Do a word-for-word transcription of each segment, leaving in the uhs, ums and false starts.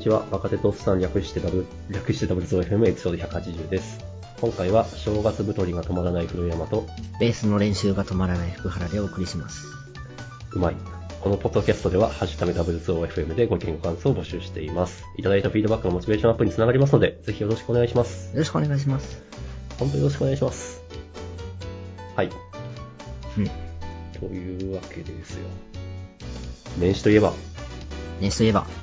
ちは。若手とおっさん略してダブ、略して ダブリューツーエフエム エピソードひゃくはちじゅうです。今回は正月太りが止まらない古山とベースの練習が止まらない福原でお送りします。 うまい。このポッドキャストではハッシュタグ ダブリューツーエフエム でご意見ご感想を募集しています。いただいたフィードバックのモチベーションアップにつながりますので、ぜひよろしくお願いします。 よろしくお願いします。 本当によろしくお願いします。はい。 うん。 というわけですよ。年始といえば年始といえば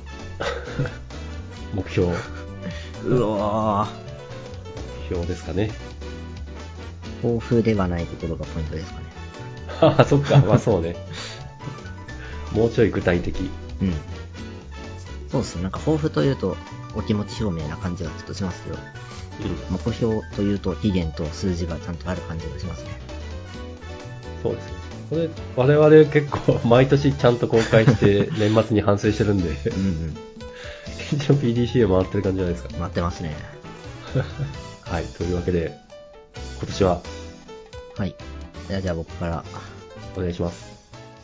目標うわー目標ですかね。 抱負ではないところがポイントですかね。 はは、そっか、まあそうね。もうちょい具体的。 うん。そうですね。なんか抱負というとお気持ち表明な感じがちょっとしますけど、 うん。 目標というと期限と数字がちゃんとある感じがしますね。 そうですね。これ、我々結構毎年ちゃんと公開して年末に反省してるんで、 うんうん。 一応 ピーディーシー 回ってる感じじゃないですか。 待ってますね。 はい。というわけで、今年ははい。じゃあじゃあ僕からお願いします。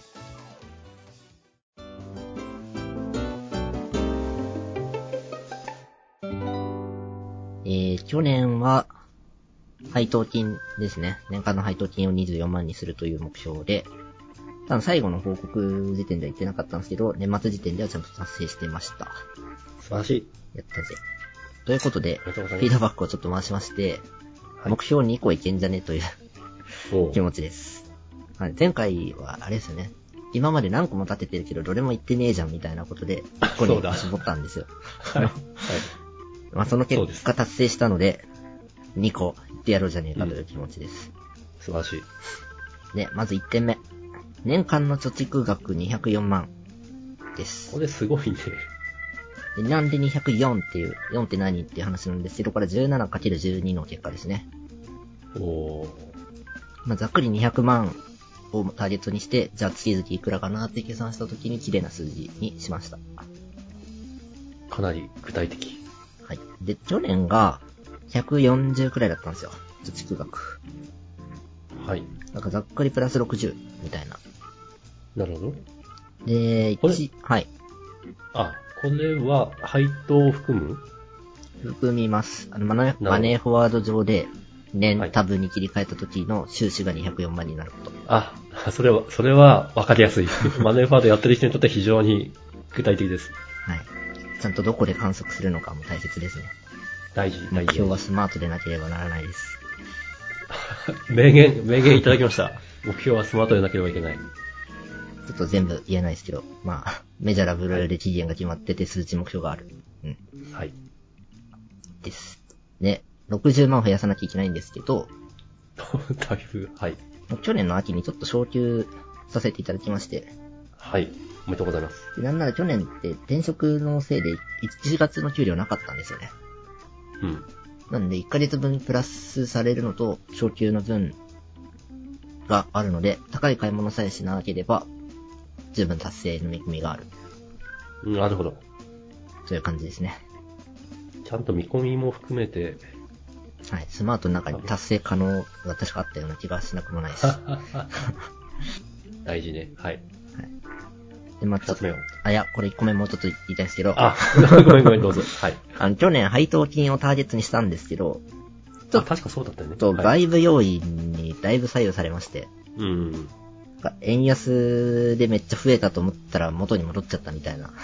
えー、去年は配当金ですね。年間の配当金をにじゅうよんまんにするという目標で、多分最後の報告時点では言ってなかったんですけど、年末時点ではちゃんと達成していました。 素晴らしい。 やったぜ。ということで、 ありがとうございます。 フィードバックをちょっと回しまして、 はい、 目標にこいけんじゃねというお気持ちです。はい、前回はあれですよね。今まで何個も立ててるけど、どれも言ってねえじゃんみたいなことで、いっこに絞ったんですよ。 はい。はい。 まあその結果達成したので、にこ言ってやろうじゃねえかという気持ちです。 うん、素晴らしい。 で、まずいってんめ。年間の貯蓄額にひゃくよんまんです。 これすごいね。 でなんでにひゃくよんっていう、よんって何っていう話なんですけど、これ じゅうななかけるじゅうに の結果ですね。 おー。 まあ、ざっくりにひゃくまんをターゲットにして、じゃあ月々いくらかなって計算したときに綺麗な数字にしました。 かなり具体的。 はい。で、去年がひゃくよんじゅうくらいだったんですよ。貯蓄額。 はい。 なんかざっくりプラスろくじゅうみたいな。 なるほど。 で、 これいち、はい。 あ、これは配当を含む？ 含みます。あの、マネー、マネーフォワード上で、年タブに切り替えた時の収支がにひゃくよんまんになること。 あ、それは、それは分かりやすい。マネーファードやってる人にとって非常に具体的です。 はい。ちゃんとどこで観測するのかも大切ですね。 大事、大事。 目標はスマートでなければならないです。 名言、名言いただきました。目標はスマートでなければいけない。 ちょっと全部言えないですけど、まあ、メジャーラブルで期限が決まってて数値目標がある。うん。 はい。 です。で、ろくじゅうまん増やさなきゃいけないんですけど、 だいぶ、はい。 去年の秋にちょっと昇給させていただきまして。 はい。おめでとうございます。 でなんなら去年って転職のせいでいちがつの給料なかったんですよね。 うん。 なんでいっかげつぶんプラスされるのと昇給の分があるので、高い買い物さえしなければ、十分達成の見込みがある。 なるほど。 という感じですね。 ちゃんと見込みも含めて、 はい。スマートの中に達成可能が確かあったような気がしなくもないです。 大事ね。はい。 はい。で、まあ、ちょっと、あ、いや、これいっこめもうちょっと言いたいんですけど。 あ、ごめんごめんどうぞ。はい。 あの、去年配当金をターゲットにしたんですけど、 ちょっと、確かそうだったよね。 と、外部要因にだいぶ左右されまして。 うん。 円安でめっちゃ増えたと思ったら元に戻っちゃったみたいな。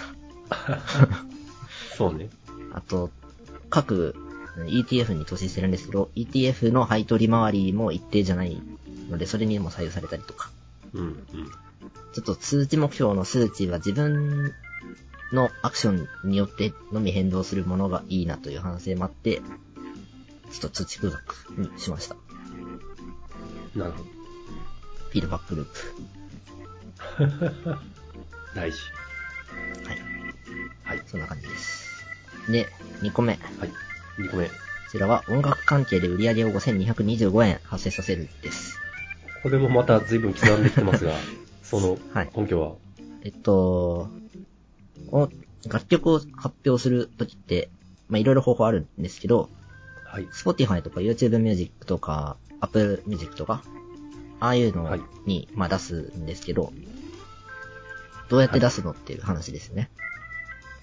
そうね。 あと、各 イーティーエフ に投資してるんですけど、イーティーエフ の配当利回りも一定じゃないので、それにも左右されたりとか。 うんうん。 ちょっと数値目標の数値は自分のアクションによってのみ変動するものがいいなという反省もあって、ちょっと貯蓄額にしました。 なるほど。 フィードバックループ。大事。 はい。 はい。 そんな感じです。で、にこめ。 はい。にこめ。こちらは音楽関係で売り上げをごせんにひゃくにじゅうごえん発生させるです。 これもまた随分刻んできてますが、その根拠は、はい、 えっと、楽曲を発表するときって、まあ、いろいろ方法あるんですけど、 はい。 Spotify とか YouTube Music とか Apple Music とか、ああいうのに、まあ、出すんですけど、どうやって出すのっていう話ですね。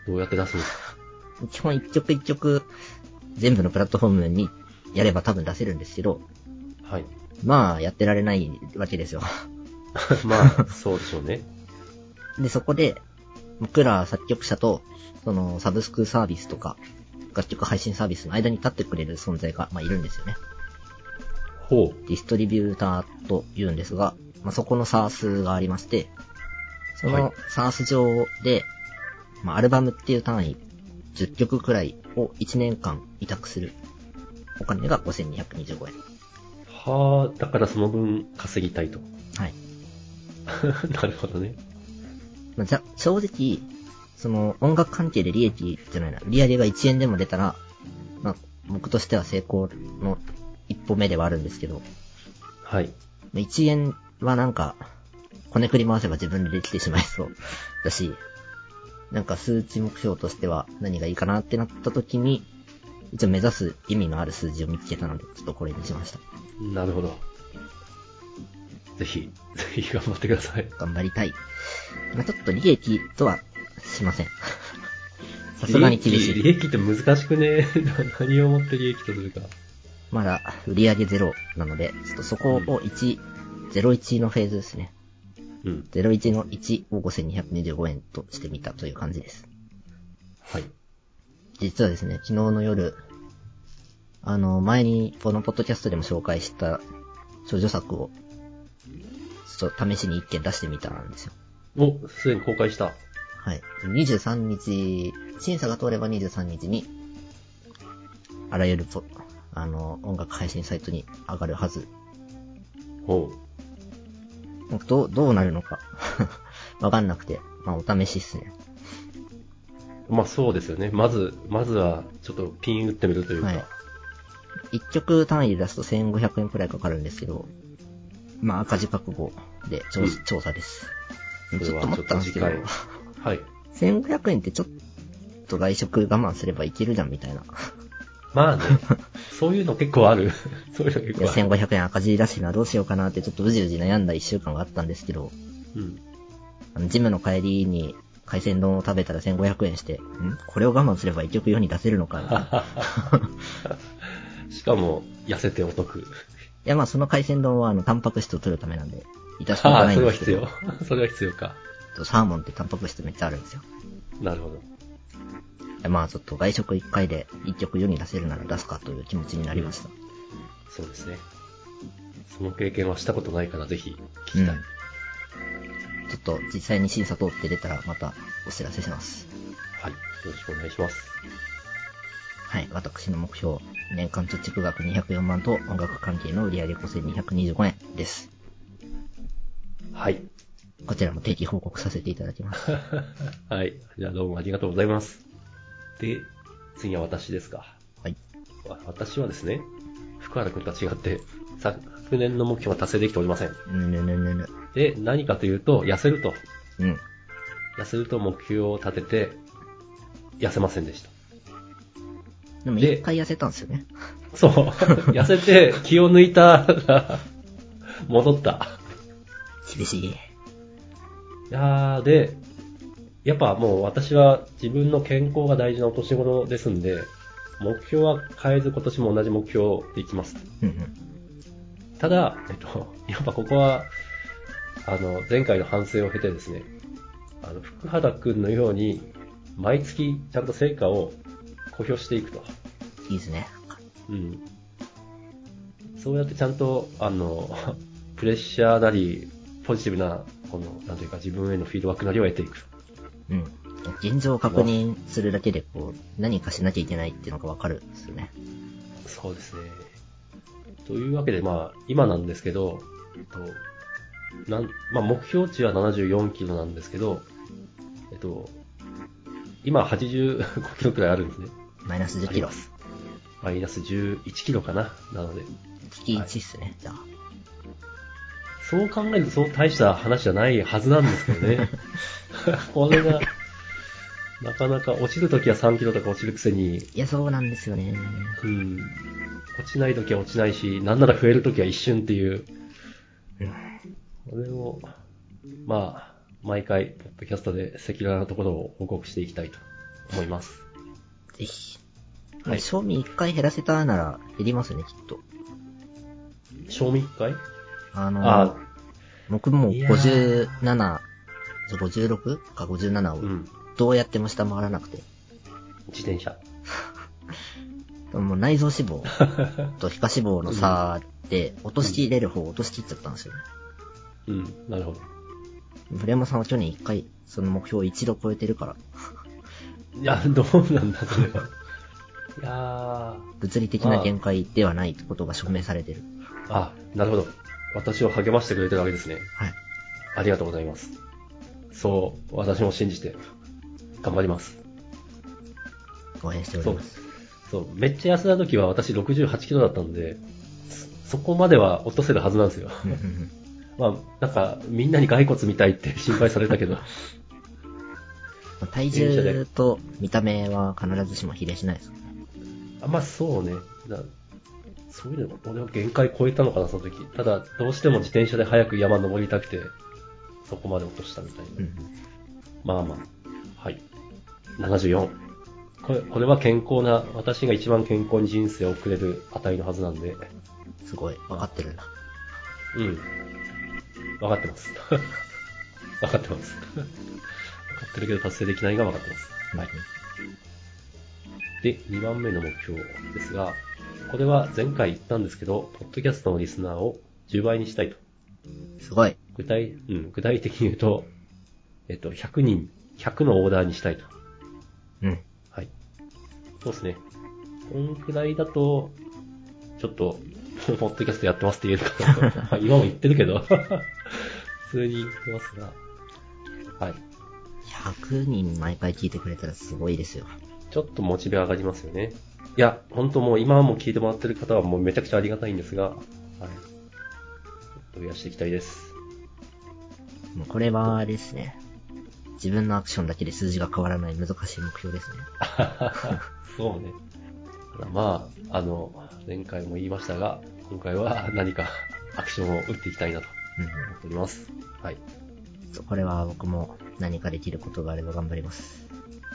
どうやって出すんですか？ 基本一曲一曲全部のプラットフォームにやれば多分出せるんですけど、 はい。 まあやってられないわけですよ。 まあ、そうでしょうね。 で、そこで、僕ら作曲者と、そのサブスクサービスとか、楽曲配信サービスの間に立ってくれる存在が、まあ、いるんですよね。 ほう。 ディストリビューターと言うんですが、まあ、そこのサースがありまして、そのサース上で、まあ、アルバムっていう単位、じゅっきょくくらいをいちねんかん委託するお金がごせんにひゃくにじゅうごえん。 はあ、だからその分稼ぎたいと。 はい。 なるほどね。 まあ、じゃ、正直、その音楽関係で利益じゃないな、売り上げがいちえんでも出たら、まあ、僕としては成功の一歩目ではあるんですけど、 はい。 いちえんはなんか、こねくり回せば自分でできてしまいそうだし、なんか数値目標としては何がいいかなってなった時に、一応目指す意味のある数字を見つけたので、ちょっとこれにしました。 なるほど。ぜひ、ぜひ頑張ってください。 頑張りたい。まあ、ちょっと利益とはしません。さすがに厳しい。 利益って難しくね。何をもって利益とするか。 まだ売り上げゼロなので、ちょっとそこをいち、ゼロいちのフェーズですね。 うん。 ゼロいちのいちをごせんにひゃくにじゅうごえんとしてみたという感じです。 はい。 実はですね、昨日の夜、あの、前にこのポッドキャストでも紹介した少女作を、ちょっと試しに一件出してみたんですよ。 お、すでに公開した。 はい。にじゅうさんにち、審査が通ればにじゅうさんにちに、あらゆるポ、あの、音楽配信サイトに上がるはず。 ほどう、どうなるのか。わかんなくて、まあお試しっすね。 う。まあそうですよね。まず、まずは、ちょっとピン打ってみるというか。 はい。一曲単位で出すとせんごひゃくえんくらいかかるんですけど、まあ赤字覚悟で調,、 うん調査です。 それはちょっと思ったんですけど、 ちょっと次回はい。 せんごひゃくえんってちょっと外食我慢すればいけるじゃんみたいな。 まあね、そういうの結構ある。そういうの結いや、 構ある。 せんごひゃくえん赤字だしな、どうしようかなってちょっとうじうじ悩んだ一週間があったんですけど、 うん。 あのジムの帰りに海鮮丼を食べたらせんごひゃくえんして、んこれを我慢すれば一曲世に出せるのかみたいな。 しかも、痩せてお得。 いや、まあその海鮮丼はあの、タンパク質を取るためなんで、致し方ああ、 ないそんですけど。 れは必要。それは必要か。 サーモンってタンパク質めっちゃあるんですよ。 なるほど。 いやまあちょっと外食いっかいで一曲世に出せるなら出すかという気持ちになりました。 そうですね。その経験はしたことないからぜひ聞きたい。 うん。ちょっと実際に審査通って出たらまたお知らせします。 はい。よろしくお願いします。 はい。私の目標、年間貯蓄額にひゃくよんまんと音楽関係の売上ごせんにひゃくにじゅうごえんです。 はい。 こちらも定期報告させていただきます。 はい。じゃあどうもありがとうございます。で、次は私ですか。 はい。 私はですね、福原くんとは違って、昨年の目標は達成できておりません。 ぬぬぬぬぬ。 で、何かというと、痩せると。 うん。 痩せると目標を立てて、痩せませんでした。 でもで一回痩せたんですよね。 そう。痩せて気を抜いたら、戻った。 厳しい。 いやー、で、やっぱもう私は自分の健康が大事なお年頃ですんで、目標は変えず今年も同じ目標でいきます。 うんうん。 ただ、えっと、やっぱここは、あの、前回の反省を経てですね、あの、福原くんのように、毎月ちゃんと成果を公表していくと。 いいですね。 うん。そうやってちゃんと、あの、プレッシャーなり、ポジティブな、この、なんていうか自分へのフィードバックなりを得ていく。 うん。現状を確認するだけで、こう、何かしなきゃいけないっていうのがわかるんですよね。 そうですね。というわけで、まあ、今なんですけど、えっと、なん、まあ、目標値はななじゅうよんキロなんですけど、えっと、今はちじゅうごキロくらいあるんですね。 マイナスじゅっキロ。 マイナスじゅういちキロかな。なので。 月いちっすね、はい、じゃあ。 そう考えるとそう大した話じゃないはずなんですけどね。これが、なかなか落ちるときはさんキロとか落ちるくせに。 いや、そうなんですよね。 うん。落ちないときは落ちないし、なんなら増えるときは一瞬っていう。 うん。 これを、まあ、毎回、ポッドキャストで赤裸々なところを報告していきたいと思います。 ぜひ。 はい。 賞味いっかい減らせたなら減りますよね、きっと。 賞味いっかい？ あのー、 あ僕もごじゅうなな、ごじゅうろくかごじゅうななをどうやっても下回らなくて。 自転車。 もう内臓脂肪と皮下脂肪の差で落としきれる方を落としきっちゃったんですよね。 うん、なるほど。 古山さんは去年いっかいその目標を一度超えてるから。 いや、どうなんだ、それは。いやー。 物理的な限界ではないことが証明されてる。 あ、なるほど。私を励ましてくれてるわけですね。 はい。 ありがとうございます。そう、私も信じて、頑張ります。 応援しております。 そう、そうめっちゃ痩せた時は私ろくじゅうはちキロだったんで、そこまでは落とせるはずなんですよ。まあ、なんか、みんなに骸骨みたいって心配されたけど。 体重と見た目は必ずしも比例しないですか？ あ、まあそうね。だそういうの、俺は限界超えたのかな、その時。ただ、どうしても自転車で早く山登りたくて、そこまで落としたみたいな。うん、まあまあ。はい。ななじゅうよん。これ、これは健康な、私が一番健康に人生を送れる値のはずなんで。 すごい、分かってるんだ。 うん。分かってます。分かってます。分かってるけど達成できないが分かってます。はい。で、にばんめの目標ですが、これは前回言ったんですけど、ポッドキャストのリスナーをじゅうばいにしたいと。 すごい。 具体、うん、具体的に言うと、えっと、ひゃくにん、ひゃくのオーダーにしたいと。 うん。 はい。そうですね。こんくらいだと、ちょっと、ポッドキャストやってますって言えるかな。今も言ってるけど、普通に言ってますが。はい。 ひゃくにん毎回聞いてくれたらすごいですよ。 ちょっとモチベ上がりますよね。いや、ほんともう今も聞いてもらってる方はもうめちゃくちゃありがたいんですが、はい。ちょっと増やしていきたいです。 もうこれはですね、自分のアクションだけで数字が変わらない難しい目標ですね。 そうね。ただまあ、あの、前回も言いましたが、今回は何かアクションを打っていきたいなと思っております。うん、はい。 これは僕も何かできることがあれば頑張ります。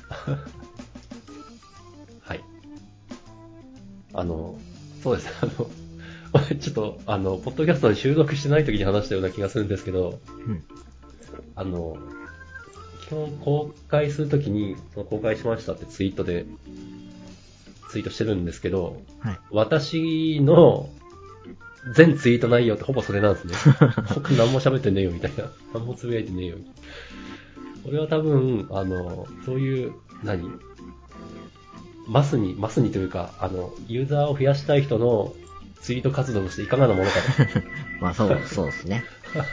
はい。あの、そうです。あの、ちょっと、あの、ポッドキャストに収録してない時に話したような気がするんですけど、うん、あの、基本公開するときに、その公開しましたってツイートで、ツイートしてるんですけど、はい、私の全ツイート内容ってほぼそれなんですね。僕何も喋ってねえよみたいな。何もつぶやいてねえよ。これは多分、あの、そういう、何マスに、マスにというか、あの、ユーザーを増やしたい人のツイート活動としていかがなものかと。 まあそう、そうですね。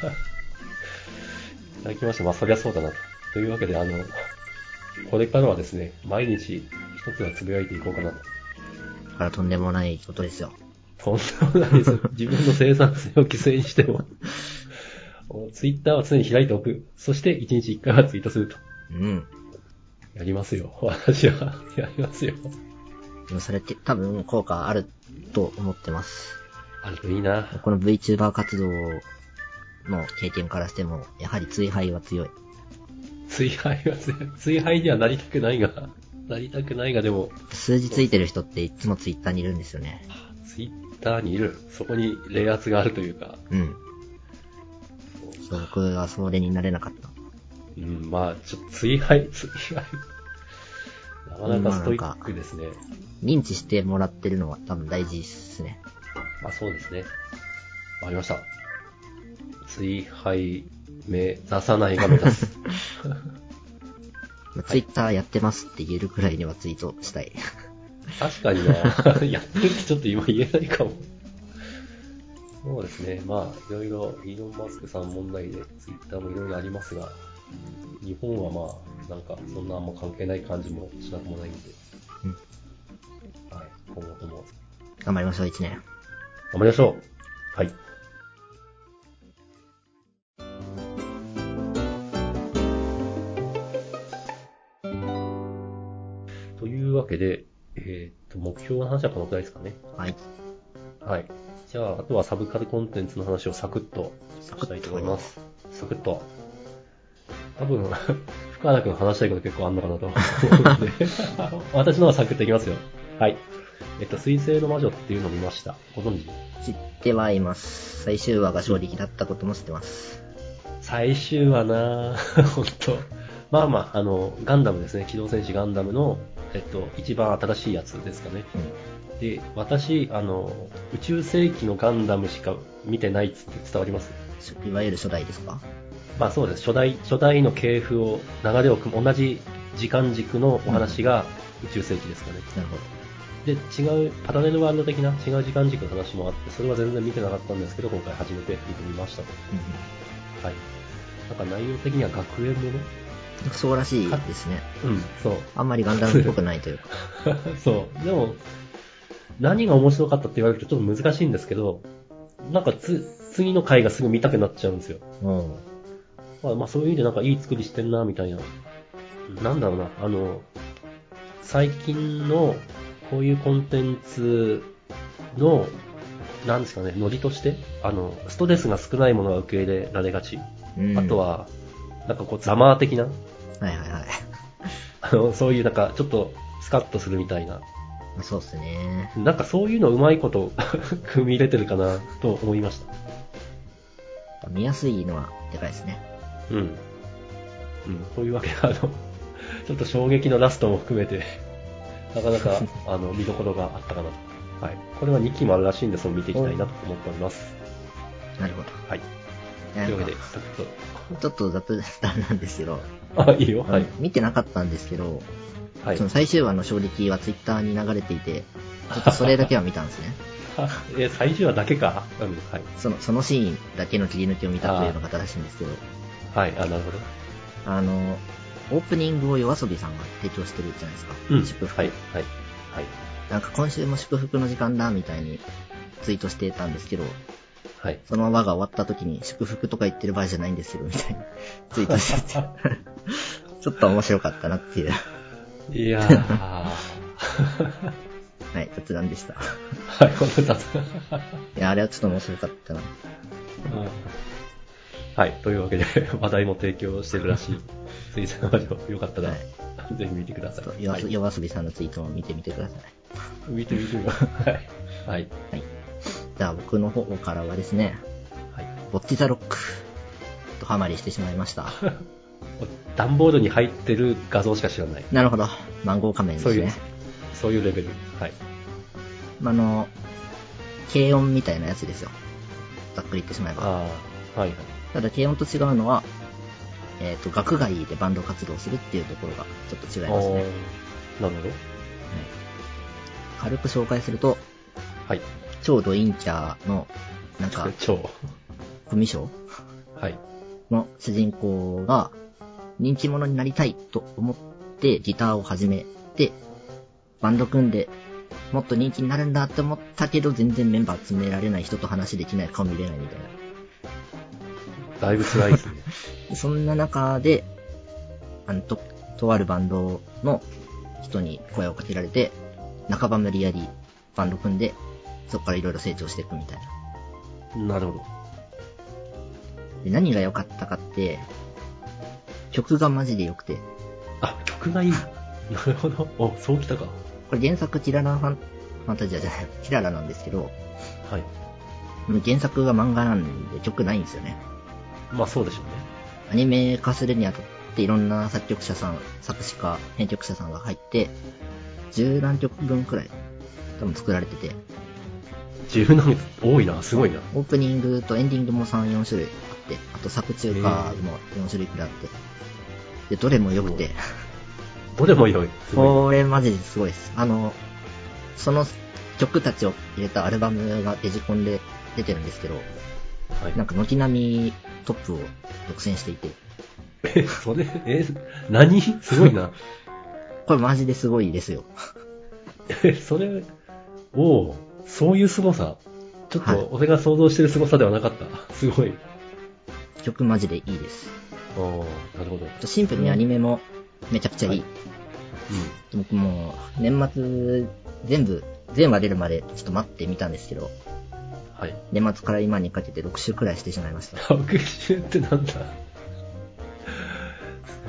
いただきまして、まあそりゃそうだなと。というわけで、あの、これからはですね、毎日一つはつぶやいていこうかなと。 これはとんでもないことですよ。 とんでもないです。自分の生産性を規制にしても。ツイッターは常に開いておく。そしていちにちいっかいはツイートすると。うん。やりますよ。私は。やりますよ。 でもそれって多分効果あると思ってます。 あるといいな。 この VTuber 活動の経験からしても、やはり追廃は強い。 追廃は強い。追廃にはなりたくないが、なりたくないがでも。 数字ついてる人っていつもツイッターにいるんですよね。 ツイッターにいる。そこに冷圧があるというか。うん。 そう、僕はそれになれなかった。 うん、まあ、ちょっと追廃、追廃。なかなかストイックですね。 認知してもらってるのは多分大事ですね。 まあそうですね。わかりました。追廃目指さないが目指す。 ツイッターやってますって言えるくらいにはツイートしたい。 確かにな。やってるってちょっと今言えないかも。そうですね。まあ、いろいろ、イーロン・マスクさん問題でツイッターもいろいろありますが、日本はまあ、なんか、そんなあんま関係ない感じもしなくもないんで。うん。はい。今後とも。 頑張りましょう、一年。 頑張りましょう。はい。というわけで、えっと、目標の話はこのくらいですかね。 はい。 はい。じゃあ、あとはサブカルコンテンツの話をサクッとしたいと思います。サクッと。多分、 深田くん話したいこと結構あんのかなと思うんで、私のはサクッといきますよ。はい。えっと、水星の魔女っていうのを見ました。ご存知？ 知ってはいます。最終話が衝撃だったことも知ってます。 最終話なぁ、ほんと。まあまあ、あの、ガンダムですね。機動戦士ガンダムの、えっと、一番新しいやつですかね。うん、で、私、あの、宇宙世紀のガンダムしか見てないっつって伝わります？ いわゆる初代ですか？ まあそうです。初代、初代の系譜を、流れを組む、同じ時間軸のお話が宇宙世紀ですかね。 うん、なるほど。 で、違う、パラレルワールド的な違う時間軸の話もあって、それは全然見てなかったんですけど、今回初めて見てみましたと。うん、はい。なんか内容的には学園もの？ そうらしいですね。 うん、そう。 あんまりガンダムっぽくないというか。 そう。でも、何が面白かったって言われるとちょっと難しいんですけど、なんかつ、次の回がすぐ見たくなっちゃうんですよ。うん。まあ、まあ、そういう意味でなんかいい作りしてんな、みたいな。なんだろうな、あの、最近のこういうコンテンツの、なんですかね、ノリとして、あの、ストレスが少ないものは受け入れられがち。うん、あとは、なんかこう、ザマー的な。はいはいはい。 あの、そういうなんか、ちょっと、スカッとするみたいな。 そうっすね。 なんかそういうのうまいこと組み入れてるかなと思いました。 見やすいのはでかいですね。 うん。うん。というわけで、あの、ちょっと衝撃のラストも含めて、なかなか、あの、見どころがあったかなと。はい。これはにきもあるらしいんで、それを見ていきたいなと思っております。 なるほど。 はい。というわけで、サクッと。 ちょっと雑談なんですけど。 あ、いいよ。はい。 見てなかったんですけど、はい、その最終話の衝撃はツイッターに流れていて、ちょっとそれだけは見たんですね。 え、最終話だけか？うん、はい。 その、そのシーンだけの切り抜きを見たというのが正しいんですけど。 はい、あ、なるほど。 あの、オープニングを夜遊びさんが提供してるじゃないですか。 うん。 祝福。 はい、はい、はい。 なんか今週も祝福の時間だみたいにツイートしてたんですけど、 はい。 その輪が終わった時に祝福とか言ってる場合じゃないんですよみたいにツイートしてて、ちょっと面白かったなっていう。 いやー。 はい、雑談でした。 はい、本当に雑談。 いや、あれはちょっと面白かったな。 うん、はい、というわけで話題も提供してるらしい。水星の魔女、よかったら、はい、ぜひ見てください。 夜遊び、はい、さんのツイートも見てみてください。 見てみてください。はい。はい。はい。 じゃあ僕の方からはですね、はい、ボッチザロックとハマりしてしまいました。 段ボールに入ってる画像しか知らない。 なるほど。マンゴー仮面ですね。そういう、 そういうレベル。はい。 あの、軽音みたいなやつですよ。ざっくり言ってしまえば。ああ、はいはい。ただ軽音と違うのは、えっと、学外でバンド活動するっていうところがちょっと違いますね。 なるほど。はい。 軽く紹介すると、はい。超ドインチャーの、なんか、超。コミュ障はい。の主人公が、人気者になりたいと思ってギターを始めて、バンド組んで、もっと人気になるんだって思ったけど、全然メンバー詰められない、人と話できない、顔見れないみたいな。 だいぶ辛いですね。 そんな中で、あの、と、とあるバンドの人に声をかけられて、半ば無理やりバンド組んで、そこからいろいろ成長していくみたいな。なるほど。 で、何が良かったかって、曲がマジで良くて。 あ、曲がいい。なるほど。お、そうきたか。 これ原作キララファン、ファンタジアじゃない、キララなんですけど、はい。原作が漫画なんで曲ないんですよね。 まあそうでしょうね。 アニメ化するにあたっていろんな作曲者さん、作詞家、編曲者さんが入って、十何曲分くらい多分作られてて。 十何多いな、すごいな。 オープニングとエンディングもさん、よん種類あって、あと作中歌もよん種類くらいあって、で、どれも良くて。 どれも良い。 これマジですごいです。あの、その曲たちを入れたアルバムがデジコンで出てるんですけど、はい、なんか軒並みトップを独占していて。 え、それ、え、何すごいな。 これマジですごいですよ。 え、それ、おう、そういう凄さ。ちょっと俺が想像してる凄さではなかった。すごい。 曲マジでいいです。 ああ、なるほど。 シンプルにアニメもめちゃくちゃいい。はい、うん、僕もう年末全部全話出るまでちょっと待ってみたんですけど、はい、年末から今にかけてろく週くらいしてしまいました。 ろく週ってなんだ。す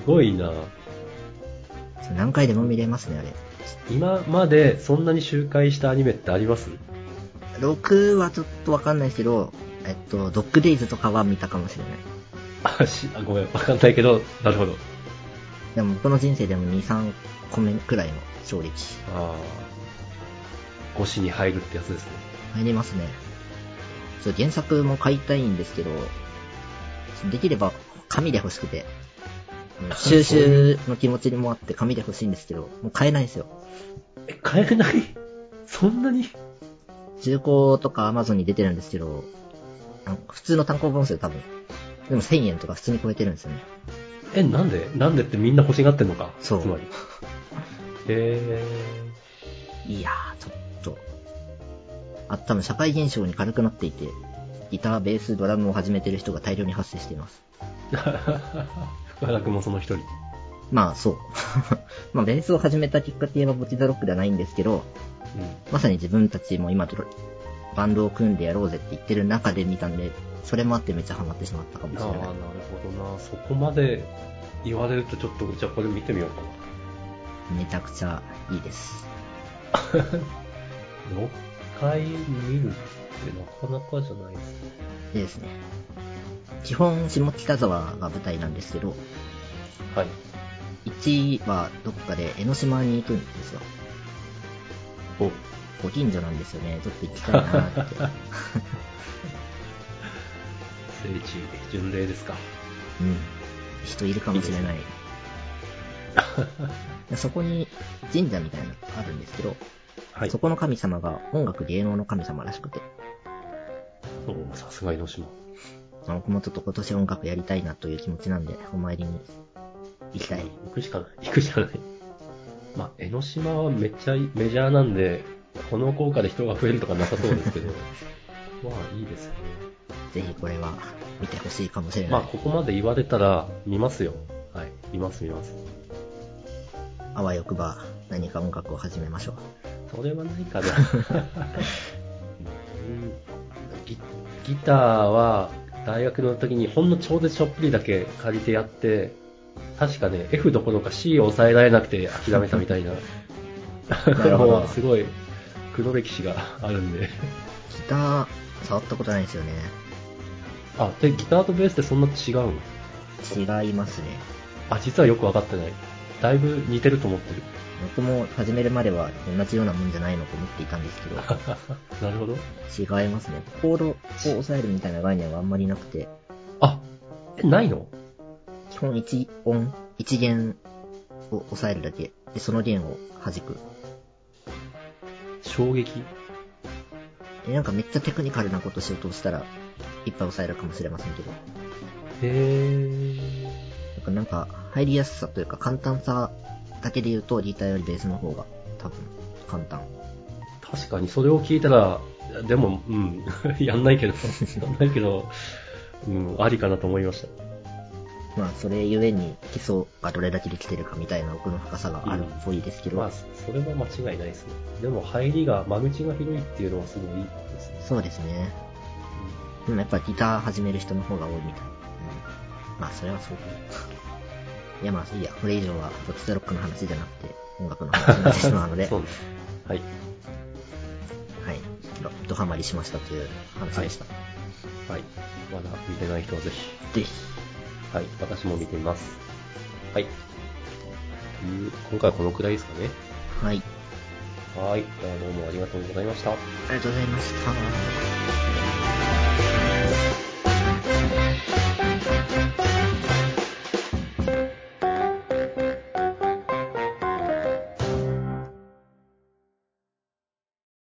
ごいな。 何回でも見れますね、あれ。 今までそんなに周回したアニメってあります？ ろくはちょっとわかんないですけど、えっと、ドッグデイズとかは見たかもしれない。 あ、し、あ、ごめん、わかんないけど、なるほど。 でも僕の人生でもに、さんこめくらいの勝率。 ああ。ご子に入るってやつですね。 入りますね。そう、原作も買いたいんですけど、できれば紙で欲しくて、収集の気持ちにもあって紙で欲しいんですけど、もう買えないんですよ。 え、買えないそんなに中古とか Amazon に出てるんですけど、普通の単行本数多分。でもせんえんとか普通に超えてるんですよね。 え、なんでなんでってみんな欲しがってんのか。 そう。 つまり。へー。いやー、ちょっと。あ、多分社会現象に軽くなっていて、ギター、ベース、ドラムを始めてる人が大量に発生しています。 福原くんもその一人。 まあ、そう。まあ、ベースを始めたきっかけはボチザロックではないんですけど、 うん、 まさに自分たちも今バンドを組んでやろうぜって言ってる中で見たんで、それもあってめっちゃハマってしまったかもしれない。ああ、なるほどな。そこまで言われるとちょっと、じゃあこれ見てみようかな。めちゃくちゃいいです。 ろっかい見るってなかなかじゃないですね。 でですね。基本下北沢が舞台なんですけど、 はい。 いちはどっかで江ノ島に行くんですよ。 お、 ご近所なんですよね。ちょっと行きたいなーって。 聖地巡礼ですか。 うん。人いるかもしれない。いいね、そこに神社みたいなのがあるんですけど、はい、そこの神様が音楽芸能の神様らしくて。 お、さすが江ノ島。 僕もちょっと今年音楽やりたいなという気持ちなんで、お参りに行きたい。 行くしかない。行くしかない。まあ、江ノ島はめっちゃメジャーなんで、この効果で人が増えるとかなさそうですけど、まあいいですよね。 ぜひこれは見てほしいかもしれない。 まあここまで言われたら見ますよ。はい、見ます見ます。 あわよくば何か音楽を始めましょう。 それはないかな。ギ, ギターは大学の時にほんの超絶ちょっぴりだけ借りてやって、確かね F どころか C を抑えられなくて諦めたみたいな。なるほど。すごい黒歴史があるんで。 ギター触ったことないんですよね。 あ、でギターとベースってそんな違うの？違いますね。 あ、実はよくわかってない。だいぶ似てると思ってる。 僕も始めるまでは同じようなもんじゃないのと思っていたんですけど。 なるほど。 違いますね。コードを押さえるみたいな概念はあんまりなくて。 あ、え、ないの？ 基本一音、一弦を押さえるだけ。で、その弦を弾く。 衝撃？ え、なんかめっちゃテクニカルなことしようとしたら、いっぱい押さえるかもしれませんけど。 へー。 なんか、なんか入りやすさというか簡単さだけで言うとギターよりベースの方が多分簡単。 確かにそれを聞いたら、でも、うん、やんないけど、やんないけど、うん、ありかなと思いました。 まあ、それゆえに基礎がどれだけできてるかみたいな奥の深さがあるっぽいですけど。 うん、まあ、それは間違いないですね。でも入りが、間口が広いっていうのはすごいいいですね。 そうですね。うん、でもやっぱギター始める人の方が多いみたい。うん、まあ、それはそうか。いやまあいいや、これ以上はボチザロックの話じゃなくて音楽の話になってしまうので。 そうです。はい。 はい。ドハマりしましたという話でした。 はい。はい、まだ見てない人はぜひ。 ぜひ。 はい。私も見てみます。はい。今回はこのくらいですかね。 はい。 はい。じゃあどうもありがとうございました。ありがとうございました。